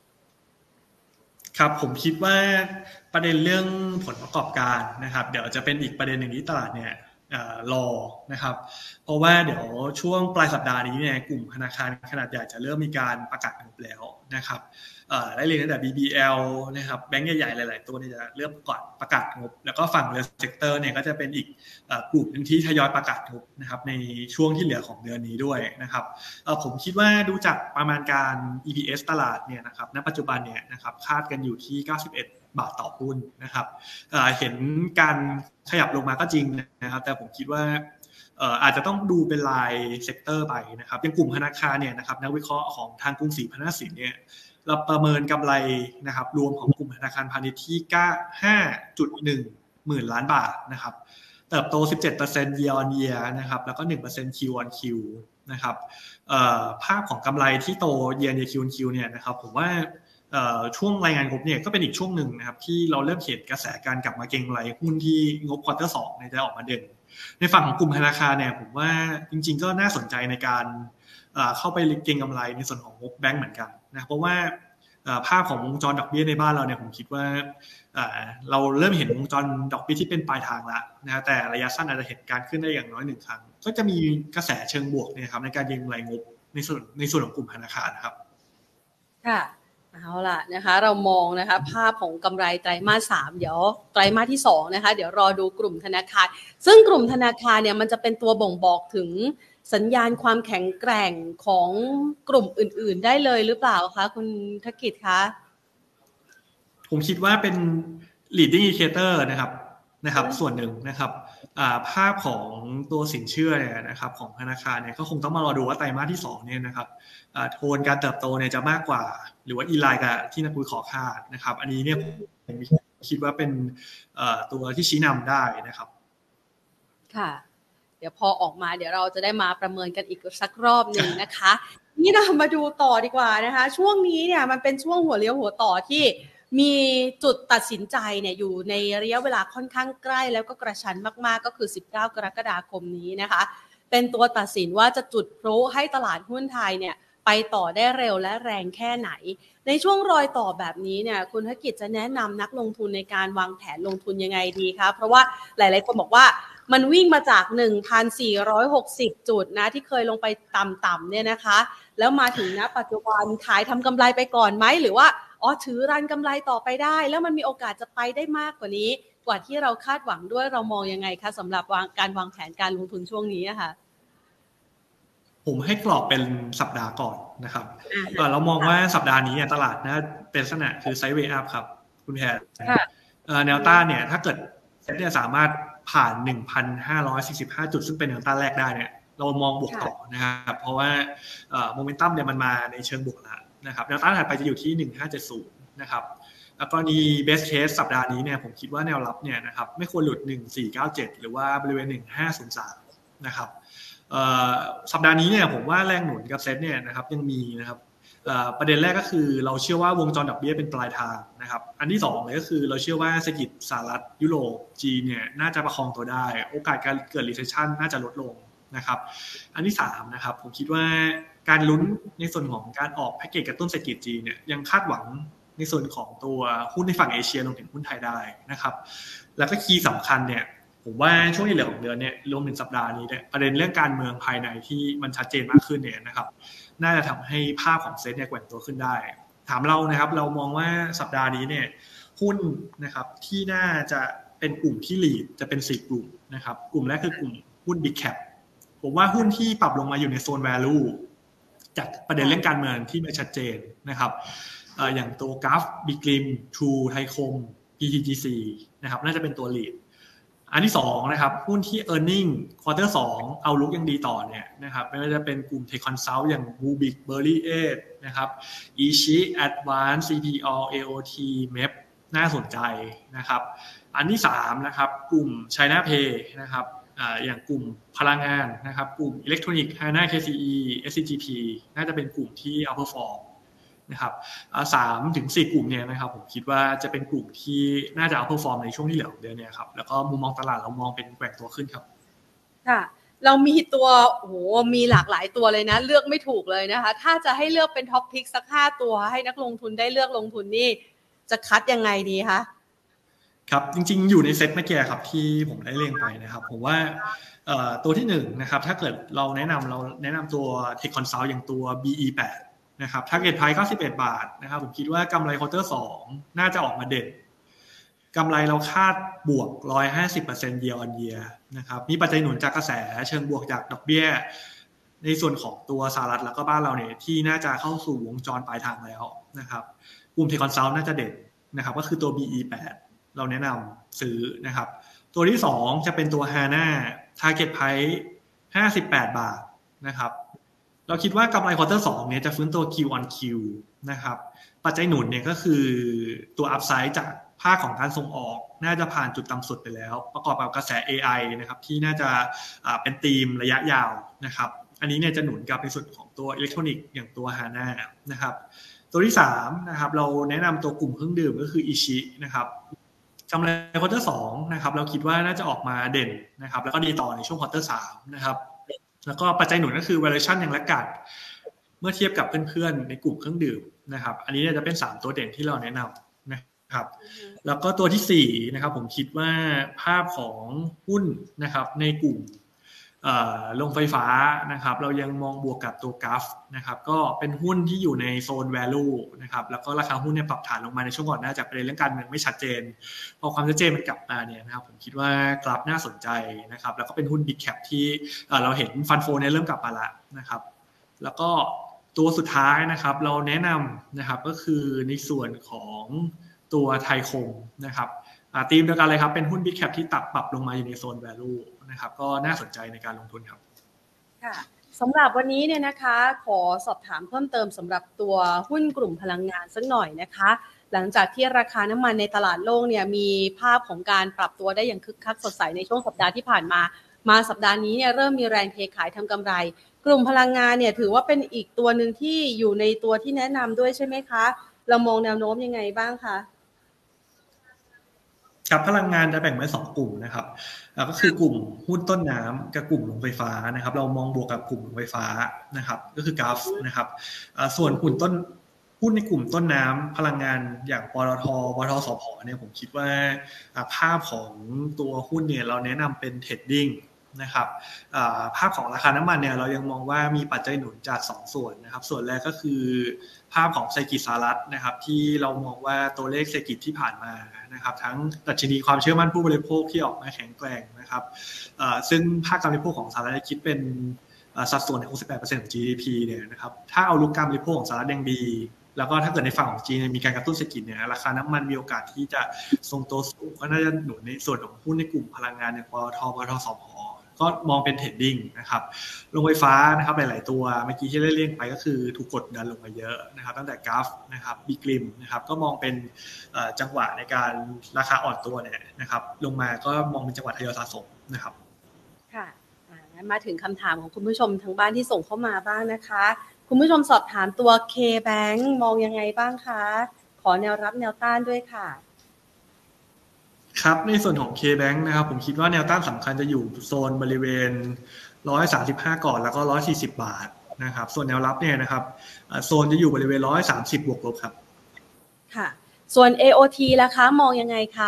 ครับผมคิดว่าประเด็นเรื่องผลประกอบการนะครับเดี๋ยวจะเป็นอีกประเด็นหนึ่งที่ตลาดเนี่ยรอนะครับเพราะว่าเดี๋ยวช่วงปลายสัปดาห์นี้เนี่ยกลุ่มธนาคารขนาดใหญ่จะเริ่มมีการประกาศงบแล้วนะครับไล่เรียงตั้งแต่ บี บี แอล นะครับแบงก์ใหญ่ๆหลายๆตัวเนี่ยจะเริ่มประกาศประกาศงบแล้วก็ฝั่ง real sector เนี่ยก็จะเป็นอีกกลุ่มนึงที่ทยอยประกาศงบนะครับในช่วงที่เหลือของเดือนนี้ด้วยนะครับผมคิดว่าดูจากประมาณการ อี พี เอส ตลาดเนี่ยนะครับณปัจจุบันเนี่ยนะครับคาดกันอยู่ที่เก้าสิบเอ็ดบาทต่อหุ้นนะครับเห็นการขยับลงมาก็จริงนะครับแต่ผมคิดว่าอาจจะต้องดูเป็นรายเซกเตอร์ไปนะครับอย่างกลุ่มธนาคารเนี่ยนะครับนักวิเคราะห์ของทางกรุงศรีพัฒนสินเนี่ยเราประเมินกำไรนะครับรวมของกลุ่มธนาคารพาณิชย์ที่ ห้าจุดหนึ่ง หมื่นล้านบาทนะครับเติบโต สิบเจ็ดเปอร์เซ็นต์ year on year นะครับแล้วก็ หนึ่งเปอร์เซ็นต์ Q on Q นะครับภาพของกำไรที่โต year on year Q on Q เนี่ยนะครับผมว่าช่วงรายงานงบเนี่ยก็เป็นอีกช่วงหนึ่งนะครับที่เราเริ่มเห็นกระแสการกลับมาเก็งกำไรหุ้นที่งบควอเตอร์สองเนี่ยจะออกมาเด่นในฝั่งของกลุ่มธนาคารเนี่ยผมว่าจริงๆก็น่าสนใจในการเข้าไปเก็งกำไรในส่วนของงบแบงก์เหมือนกันนะเพราะว่าภาพของวงจรดอกเบี้ยในบ้านเราเนี่ยผมคิดว่าเราเริ่มเห็นวงจรดอกเบี้ยที่เป็นปลายทางแล้วนะแต่ระยะสั้นอาจจะเห็นการขึ้นได้อย่างน้อยหนึ่งครั้งก็จะมีกระแสเชิงบวกเนี่ยครับในการเก็งกำไรงบในส่วนในส่วนของกลุ่มธนาคารครับค่ะเอาล่ะนะคะเรามองนะคะภาพของกำไรไตรมาสสามเดี๋ยวไตรมาสที่สองนะคะเดี๋ยวรอดูกลุ่มธนาคารซึ่งกลุ่มธนาคารเนี่ยมันจะเป็นตัวบ่งบอกถึงสัญญาณความแข็งแกร่งของกลุ่มอื่นๆได้เลยหรือเปล่าคะคุณธกิจคะผมคิดว่าเป็น leading indicator นะครับนะครับส่วนหนึ่งนะครับภาพของตัวสินเชื่อเนี่ยนะครับของธนาคารเนี่ยก็คงต้องมารอดูว่าไตรมาสที่สองเนี่ยนะครับโทนการเติบโตเนี่ยจะมากกว่าหรือว่าอีไลน์กับที่นักวิเคราะห์คาดนะครับอันนี้เนี่ยผมคิดว่าเป็นตัวที่ชี้นำได้นะครับค่ะเดี๋ยวพอออกมาเดี๋ยวเราจะได้มาประเมินกันอีกสักรอบหนึ่งนะคะนี่เรามาดูต่อดีกว่านะคะช่วงนี้เนี่ยมันเป็นช่วงหัวเลี้ยวหัวต่อที่มีจุดตัดสินใจเนี่ยอยู่ในระยะเวลาค่อนข้างใกล้แล้วก็กระชั้นมากๆก็คือสิบเก้ากรกฎาคมนี้นะคะเป็นตัวตัดสินว่าจะจุดพลุให้ตลาดหุ้นไทยเนี่ยไปต่อได้เร็วและแรงแค่ไหนในช่วงรอยต่อแบบนี้เนี่ยคุณธกิจจะแนะนำนักลงทุนในการวางแผนลงทุนยังไงดีคะเพราะว่าหลายๆคนบอกว่ามันวิ่งมาจาก หนึ่งพันสี่ร้อยหกสิบ จุดนะที่เคยลงไปต่ำๆเนี่ยนะคะแล้วมาถึงณปัจจุบันขายทำกำไรไปก่อนไหมหรือว่าอ๋อถือรันกำไรต่อไปได้แล้วมันมีโอกาสจะไปได้มากกว่านี้กว่าที่เราคาดหวังด้วยเรามองยังไงคะสำหรับวางการวางแผนการลงทุนช่วงนี้อะค่ะผมให้กรอบเป็นสัปดาห์ก่อนนะครับเรามองว่าสัปดาห์นี้ตลาดน่าเป็นลักษณะคือไซด์เวย์อัพครับคุณแพรแนวต้านเนี่ยถ้าเกิดเซ็ตเนี่ยสามารถผ่าน หนึ่งพันห้าร้อยสี่สิบห้า จุดซึ่งเป็นแนวต้านแรกได้เนี่ยเรามองบวกต่อนะครับเพราะว่าโมเมนตัมเนี่ยมันมาในเชิงบวกแล้วนะครับแนวต้านถัดไปจะอยู่ที่หนึ่งพันห้าร้อยเจ็ดสิบนะครับแล้วก็มีเบสเคสสัปดาห์นี้เนี่ยผมคิดว่าแนวรับเนี่ยนะครับไม่ควรหลุดหนึ่งพันสี่ร้อยเก้าสิบเจ็ดหรือว่าบริเวณหนึ่งพันห้าร้อยสามนะครับสัปดาห์นี้เนี่ยผมว่าแรงหนุนกับเซ็ตเนี่ยนะครับยังมีนะครับประเด็นแรกก็คือเราเชื่อว่าวงจรดอกเบี้ยเป็นปลายทางนะครับอันที่สองเลยก็คือเราเชื่อว่าเศรษฐกิจสหรัฐยุโรปจีนเนี่ยน่าจะประคองตัวได้โอกาสการเกิด recession น่าจะลดลงนะครับอันที่สามนะครับผมคิดว่าการลุ้นในส่วนของการออกแพ็กเกจกระตุ้นเศรษฐกิจจีนเนี่ยยังคาดหวังในส่วนของตัวหุ้นในฝั่งเอเชียรวมถึงหุ้นไทยได้นะครับแล้วก็คีย์สำคัญเนี่ยผมว่าช่วงที่เหลือของเดือนเนี่ยรวมถึงสัปดาห์นี้เนี่ยประเด็นเรื่องการเมืองภายในที่มันชัดเจนมากขึ้นเนี่ยนะครับน่าจะทำให้ภาพของเซ็ตเนี่ยแกว่งตัวขึ้นได้ถามเรานะครับเรามองว่าสัปดาห์นี้เนี่ยหุ้นนะครับที่น่าจะเป็นกลุ่มที่ลีดจะเป็นสี่กลุ่มนะครับกลุ่มแรกคือกลุ่มหุ้น Big Cap ผมว่าหุ้นที่ปรับลงมาอยู่ในโซน value จากประเด็นเรื่องการเมืองที่ไม่ชัดเจนนะครับอย่างตัว จี เอ เอฟ Bigrim True Thaikom พี ที จี ซี นะครับน่าจะเป็นตัวลีดอันที่สองนะครับหุ้นที่ earning quarter สองเอาลุกยังดีต่อเนี่ยนะครับไม่ว่าจะเป็นกลุ่ม Tech Consult อย่าง Rubik Berry เอทนะครับ Ichi Advance ซี พี ออ เอ โอ ที เม อี พี น่าสนใจนะครับอันที่สามนะครับกลุ่ม China Pay นะครับอ่าอย่างกลุ่มพลังงานนะครับกลุ่มอิเล็กทรอนิกส์ Hana เค ซี อี เอส ซี จี พี น่าจะเป็นกลุ่มที่ outperformนะครับสามถึงสี่กลุ่มเนี่ยนะครับผมคิดว่าจะเป็นกลุ่มที่น่าจะเอาเพอร์ฟอร์มในช่วงที่เหลือของเดือนนี้ครับแล้วก็มุมมองตลาดเรามองเป็นแกว่งตัวขึ้นครับค่ะเรามีตัวโอ้โหมีหลากหลายตัวเลยนะเลือกไม่ถูกเลยนะคะถ้าจะให้เลือกเป็นท็อปพิกสักห้าตัวให้นักลงทุนได้เลือกลงทุนนี่จะคัดยังไงดีคะครับจริงๆอยู่ในเซตเมื่อกี้ครับที่ผมได้เรียงไปนะครับผมว่าตัวที่หนึ่งนะครับถ้าเกิดเราแนะนำเราแนะนำตัว Tech Consult อย่างตัว บี อี แปด นะครับ Target Price เก้าสิบเอ็ดบาทนะครับผมคิดว่ากำไรควอเตอร์สองน่าจะออกมาเด่นกำไรเราคาดบวก หนึ่งร้อยห้าสิบเปอร์เซ็นต์ year on year นะครับมีปัจจัยหนุนจากกระแสเชิงบวกจากดอกเบี้ยในส่วนของตัวสหรัฐแล้วก็บ้านเราเนี่ยที่น่าจะเข้าสู่วงจรปลายทางแล้วนะครับกลุ่ม Tech Consult น่าจะเด่นนะครับก็คือตัว บี อี แปดเราแนะนำซื้อนะครับตัวที่สองจะเป็นตัว Hana Target Price ห้าสิบแปดบาทนะครับเราคิดว่ากำไรควอเตอร์สองเนี่ยจะฟื้นตัว Q on Q นะครับปัจจัยหนุนเนี่ยก็คือตัว Upside จากภาคของการส่งออกน่าจะผ่านจุดต่ำสุดไปแล้วประกอบกับกระแส เอ ไอ นะครับที่น่าจะเป็นธีมระยะยาวนะครับอันนี้เนี่ยจะหนุนกับในส่วนของตัวอิเล็กทรอนิกส์อย่างตัว Hana นะครับตัวที่สามนะครับเราแนะนำตัวกลุ่มเครื่องดื่มก็คืออิชินะครับกำไรควอเตอร์สองนะครับเราคิดว่าน่าจะออกมาเด่นนะครับแล้วก็ดีต่อในช่วงควอเตอร์สามนะครับแล้วก็ปัจจัยหนุนก็คือ valuation ยังละกัดเมื่อเทียบกับเพื่อนๆในกลุ่มเครื่องดื่มนะครับอันนี้จะเป็นสามตัวเด่นที่เราแนะนำนะครับแล้วก็ตัวที่สี่นะครับผมคิดว่าภาพของหุ้นนะครับในกลุ่มโรงไฟฟ้านะครับเรายังมองบวกกับตัว จี เอ เอฟ นะครับก็เป็นหุ้นที่อยู่ในโซน value นะครับแล้วก็ราคาหุ้นเนี่ยปรับฐานลงมาในช่วงก่อนหน้าจากประเด็นเรื่องการเมืองไม่ชัดเจนพอความชัดเจนมันกลับมาเนี่ยนะครับผมคิดว่ากราฟน่าสนใจนะครับแล้วก็เป็นหุ้น big cap ที่เราเห็นฟันโฟเนี่ยเริ่มกลับมาแล้วนะครับแล้วก็ตัวสุดท้ายนะครับเราแนะนำนะครับก็คือในส่วนของตัวไทยคมนะครับธีมเดียวกันเลยครับเป็นหุ้น big cap ที่ตัดปรับลงมาอยู่ในโซน value นะครับก็น่าสนใจในการลงทุนครับค่ะสำหรับวันนี้เนี่ยนะคะขอสอบถามเพิ่มเติมสำหรับตัวหุ้นกลุ่มพลังงานสักหน่อยนะคะหลังจากที่ราคาน้ำมันในตลาดโลกเนี่ยมีภาพของการปรับตัวได้อย่างคึกคักสดใสในช่วงสัปดาห์ที่ผ่านมามาสัปดาห์นี้เนี่ยเริ่มมีแรงเทขายทำกำไรกลุ่มพลังงานเนี่ยถือว่าเป็นอีกตัวหนึ่งที่อยู่ในตัวที่แนะนำด้วยใช่ไหมคะเรามองแนวโน้มยังไงบ้างคะกับพลังงานจะแบ่งเป็นสองกลุ่มนะครับก็คือกลุ่มหุ้นต้นน้ำกับกลุ่มโรงไฟฟ้านะครับเรามองบวกกับกลุ่มโรงไฟฟ้านะครับก็คือ จี เอ เอฟ นะครับส่วนหุ้นต้นหุ้นในกลุ่มต้นน้ำพลังงานอย่างปตท.ปตท.สผ.เนี่ยผมคิดว่าภาพของตัวหุ้นเนี่ยเราแนะนำเป็นเทรดดิ้งนะครับภาพของราคาน้ำมันเนี่ยเรายังมองว่ามีปัจจัยหนุนจากสองส่วนนะครับส่วนแรกก็คือภาพของเศรษฐกิจสหรัฐนะครับที่เรามองว่าตัวเลขเศรษฐกิจที่ผ่านมานะครับทั้งดัชนีความเชื่อมั่นผู้บริโภคที่ออกมาแข็งแกร่งนะครับซึ่งภาคการบริโภคของสหรัฐคิดเป็นสัดส่วนใน หกสิบแปดเปอร์เซ็นต์ ของ จี ดี พี เนี่ยนะครับถ้าเอาลุกการบริโภคของสหรัฐยังดีแล้วก็ถ้าเกิดในฝั่งของจีนมีการกระตุ้นเศรษฐกิจเนี่ยราคาน้ำมันมีโอกาสที่จะทรงตัวสูงก็น่าจะหนุนในส่วนของหุ้นในกลุ่มพลังงานอย่างปตท.ปตท.สผ.ก็มองเป็นเทรดดิ้งนะครับโรงไฟฟ้านะครับหลายๆตัวเมื่อกี้ที่ได้เรียกไปก็คือถูกกดดันลงมาเยอะนะครับตั้งแต่ จี เอ เอฟ นะครับบีกริมนะครับก็มองเป็นจังหวะในการราคาอ่อนตัวเนี่ยนะครับลงมาก็มองเป็นจังหวะทยอยสะสมนะครับค่ะมาถึงคำถามของคุณผู้ชมทางบ้านที่ส่งเข้ามาบ้างนะคะคุณผู้ชมสอบถามตัว K-Bank มองยังไงบ้างคะขอแนวรับแนวต้านด้วยค่ะครับในส่วนของ K-Bank นะครับผมคิดว่าแนวต้านสำคัญจะอยู่โซนบริเวณหนึ่งร้อยสามสิบห้าก่อนแล้วก็หนึ่งร้อยสี่สิบบาทนะครับส่วนแนวรับเนี่ยนะครับโซนจะอยู่บริเวณหนึ่งร้อยสามสิบบวกลบครับค่ะส่วน เอ โอ ที ล่ะคะมองยังไงคะ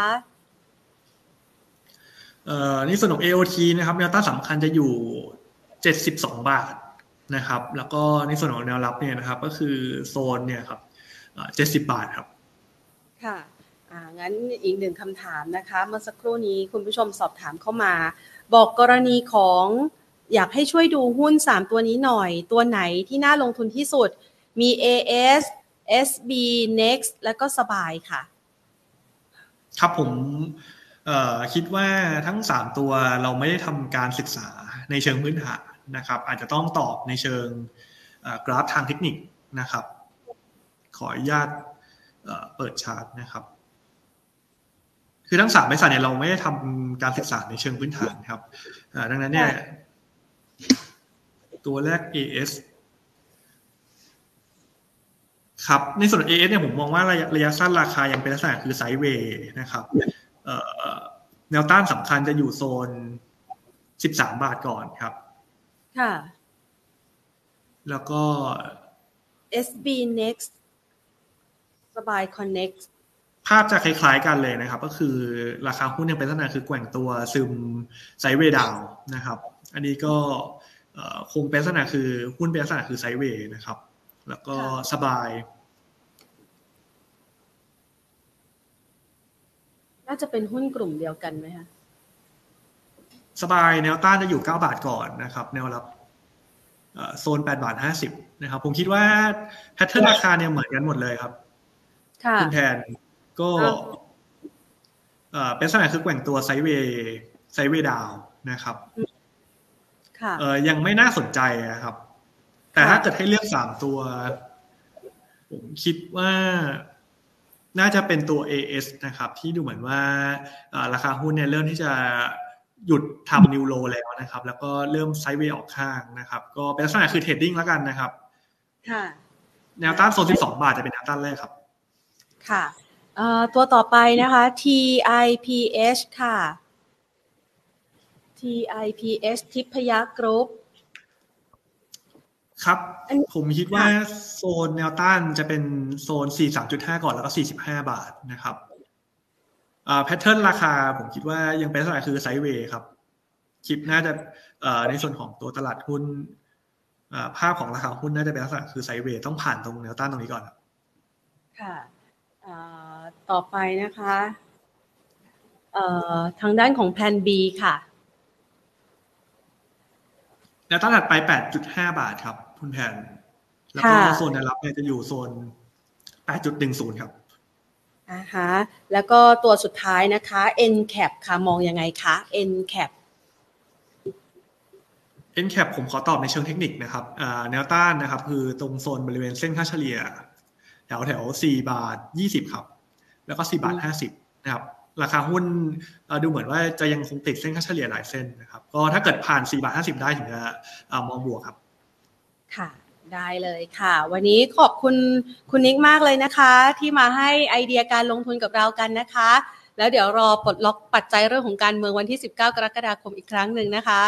เอ่อในส่วนของ เอ โอ ที นะครับแนวต้านสำคัญจะอยู่เจ็ดสิบสองบาทนะครับแล้วก็ในส่วนของแนวรับเนี่ยนะครับก็คือโซนเนี่ยครับเจ็ดสิบบาทครับค่ะอ่างั้นอีกหนึ่งคำถามนะคะเมื่อสักครู่นี้คุณผู้ชมสอบถามเข้ามาบอกกรณีของอยากให้ช่วยดูหุ้นสามตัวนี้หน่อยตัวไหนที่น่าลงทุนที่สุดมี เอ เอส เอส บี Next แล้วก็สบายค่ะครับผมเอ่อคิดว่าทั้งสามตัวเราไม่ได้ทำการศึกษาในเชิงพื้นฐานนะครับอาจจะต้องตอบในเชิงกราฟทางเทคนิคนะครับขออนุญาตเปิดชาร์ตนะครับคือทั้งสามบริษัทเนี่ยเราไม่ได้ทำการศึกษาในเชิงพื้นฐานครับดังนั้นเนี่ยตัวแรก เอ เอส ครับในส่วน เอ เอส เนี่ยผมมองว่าระยะระยะสั้นราคายังเป็นลักษณะคือไซด์เวย์นะครับแนวต้านสำคัญจะอยู่โซนสิบสามบาทก่อนครับค่ะแล้วก็เอส บี Next สบาย Connect ภาพจะคล้ายๆกันเลยนะครับก็คือราคาหุ้นยังเป็นลักษณะคือแกว่งตัวซึมไซด์เวย์ดาวน์นะครับอันนี้ก็คงเป็นลักษณะคือหุ้นเป็นลักษณะคือไซด์เวย์นะครับแล้วก็สบายน่าจะเป็นหุ้นกลุ่มเดียวกันไหมคะสบายแนวต้านจะอยู่เก้าบาทก่อนนะครับแนวรับโซนแปดบาทห้าสิบนะครับผมคิดว่าแพทเทิร์นราคาเนี่ยเหมือนกันหมดเลยครับคุณแทนก็เป็นลักษณะคือแกว่งตัวไซด์เวย์ไซด์เวย์ดาวนะครับยังไม่น่าสนใจนะครับแต่ถ้าเกิดให้เลือกสามตัวผมคิดว่าน่าจะเป็นตัว เอ เอส นะครับที่ดูเหมือนว่าราคาหุ้นเนี่ยเริ่มที่จะหยุดทำนิวโลแล้วนะครับแล้วก็เริ่มไซด์เวย์ออกข้างนะครับก็เป็นลักษณะคือเทรดดิ้งแล้วกันนะครับค่ะแนวต้านโซนสิบสองบาทจะเป็นแนวต้านแรกครับค่ะตัวต่อไปนะคะ ที ไอ พี เอช ค่ะ ที ไอ พี เอช ทิพยกรุ๊ปครับผมคิดว่าโซนแนวต้านจะเป็นโซน สี่สิบสามจุดห้า ก่อนแล้วก็สี่สิบห้าบาทนะครับอ่าแพทเทิร์นราคาผมคิดว่ายังเป็นลักษณะคือไซด์เวย์ครับคิดน่าจะในส่วนของตัวตลาดหุ้นภาพของราคาหุ้นน่าจะเป็นลักษณะคือไซด์เวย์ต้องผ่านตรงแนวต้านตรงนี้ก่อนครับค่ะต่อไปนะคะทางด้านของแพลน B ค่ะแนวต้านถัดไป แปดจุดห้า บาทครับคุณแพนแล้วก็โซนแนวรับเนี่ยจะอยู่โซน แปดจุดหนึ่งศูนย์ ครับอ่าฮะแล้วก็ตัวสุดท้ายนะคะ เอ็น แคป ค่ะมองยังไงคะ เอ็น แคปเอ็น แคป ผมขอตอบในเชิงเทคนิคนะครับแนวต้านนะครับคือตรงโซนบริเวณเส้นค่าเฉลี่ยแถวแถวสี่บาทยี่สิบครับแล้วก็สี่บาทห้าสิบนะครับราคาหุ้นดูเหมือนว่าจะยังคงติดเส้นค่าเฉลี่ยหลายเส้นนะครับก็ถ้าเกิดผ่านสี่บาทห้าสิบได้ถึงจะมองบวกครับค่ะได้เลยค่ะวันนี้ขอบคุณคุณนิกมากเลยนะคะที่มาให้ไอเดียการลงทุนกับเรากันนะคะแล้วเดี๋ยวรอปลดล็อกปัจจัยเรื่องของการเมืองวันที่สิบเก้ากรกฎาคมอีกครั้งหนึ่งนะคะ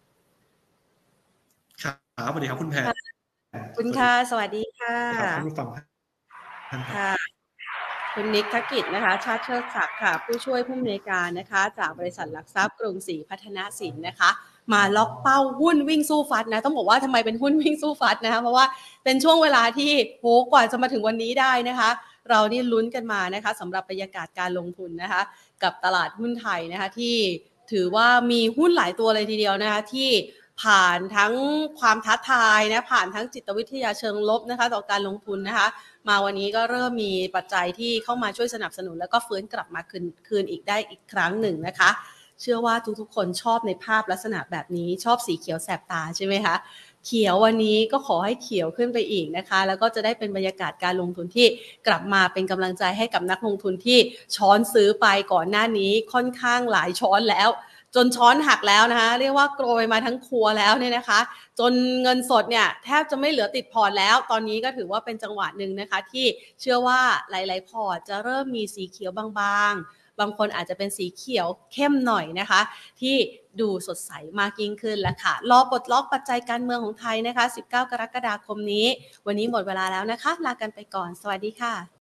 ครับสวัสดีครับคุณแพรคุณค่ะสวัสดีค่ะครับท่านผู้ฟังค่ะคุณนิกธกิจนะคะชาติเชิดศักดิ์ค่ะผู้ช่วยผู้อำนวยการนะคะจากบริษัทหลักทรัพย์กรุงศรีพัฒนสินนะคะมาล็อกเป้าหุ้นวิ่งสู้ฟัดนะต้องบอกว่าทำไมเป็นหุ้นวิ่งสู้ฟัดนะคะเพราะว่าเป็นช่วงเวลาที่โหกว่าจะมาถึงวันนี้ได้นะคะเรานี่ลุ้นกันมานะคะสำหรับบรรยากาศการลงทุนนะคะกับตลาดหุ้นไทยนะคะที่ถือว่ามีหุ้นหลายตัวเลยทีเดียวนะคะที่ผ่านทั้งความท้าทายนะผ่านทั้งจิตวิทยาเชิงลบนะคะต่อการลงทุนนะคะมาวันนี้ก็เริ่มมีปัจจัยที่เข้ามาช่วยสนับสนุนแล้วก็ฟื้นกลับมาคืนคืนอีกได้อีกครั้งหนึ่งนะคะเชื่อว่าทุกๆคนชอบในภาพลักษณะแบบนี้ชอบสีเขียวแสบตาใช่ไหมคะเขียววันนี้ก็ขอให้เขียวขึ้นไปอีกนะคะแล้วก็จะได้เป็นบรรยากาศการลงทุนที่กลับมาเป็นกำลังใจให้กับนักลงทุนที่ช้อนซื้อไปก่อนหน้านี้ค่อนข้างหลายช้อนแล้วจนช้อนหักแล้วนะคะเรียกว่าโกยมาทั้งครัวแล้วเนี่ยนะคะจนเงินสดเนี่ยแทบจะไม่เหลือติดพอร์ตแล้วตอนนี้ก็ถือว่าเป็นจังหวะหนึ่งนะคะที่เชื่อว่าหลายๆพอร์ตจะเริ่มมีสีเขียวบางๆบางคนอาจจะเป็นสีเขียวเข้มหน่อยนะคะที่ดูสดใสมากยิ่งขึ้นแล้วค่ะรอปลดล็อกปัจจัยการเมืองของไทยนะคะสิบเก้ากรกฎาคมนี้วันนี้หมดเวลาแล้วนะคะลากันไปก่อนสวัสดีค่ะ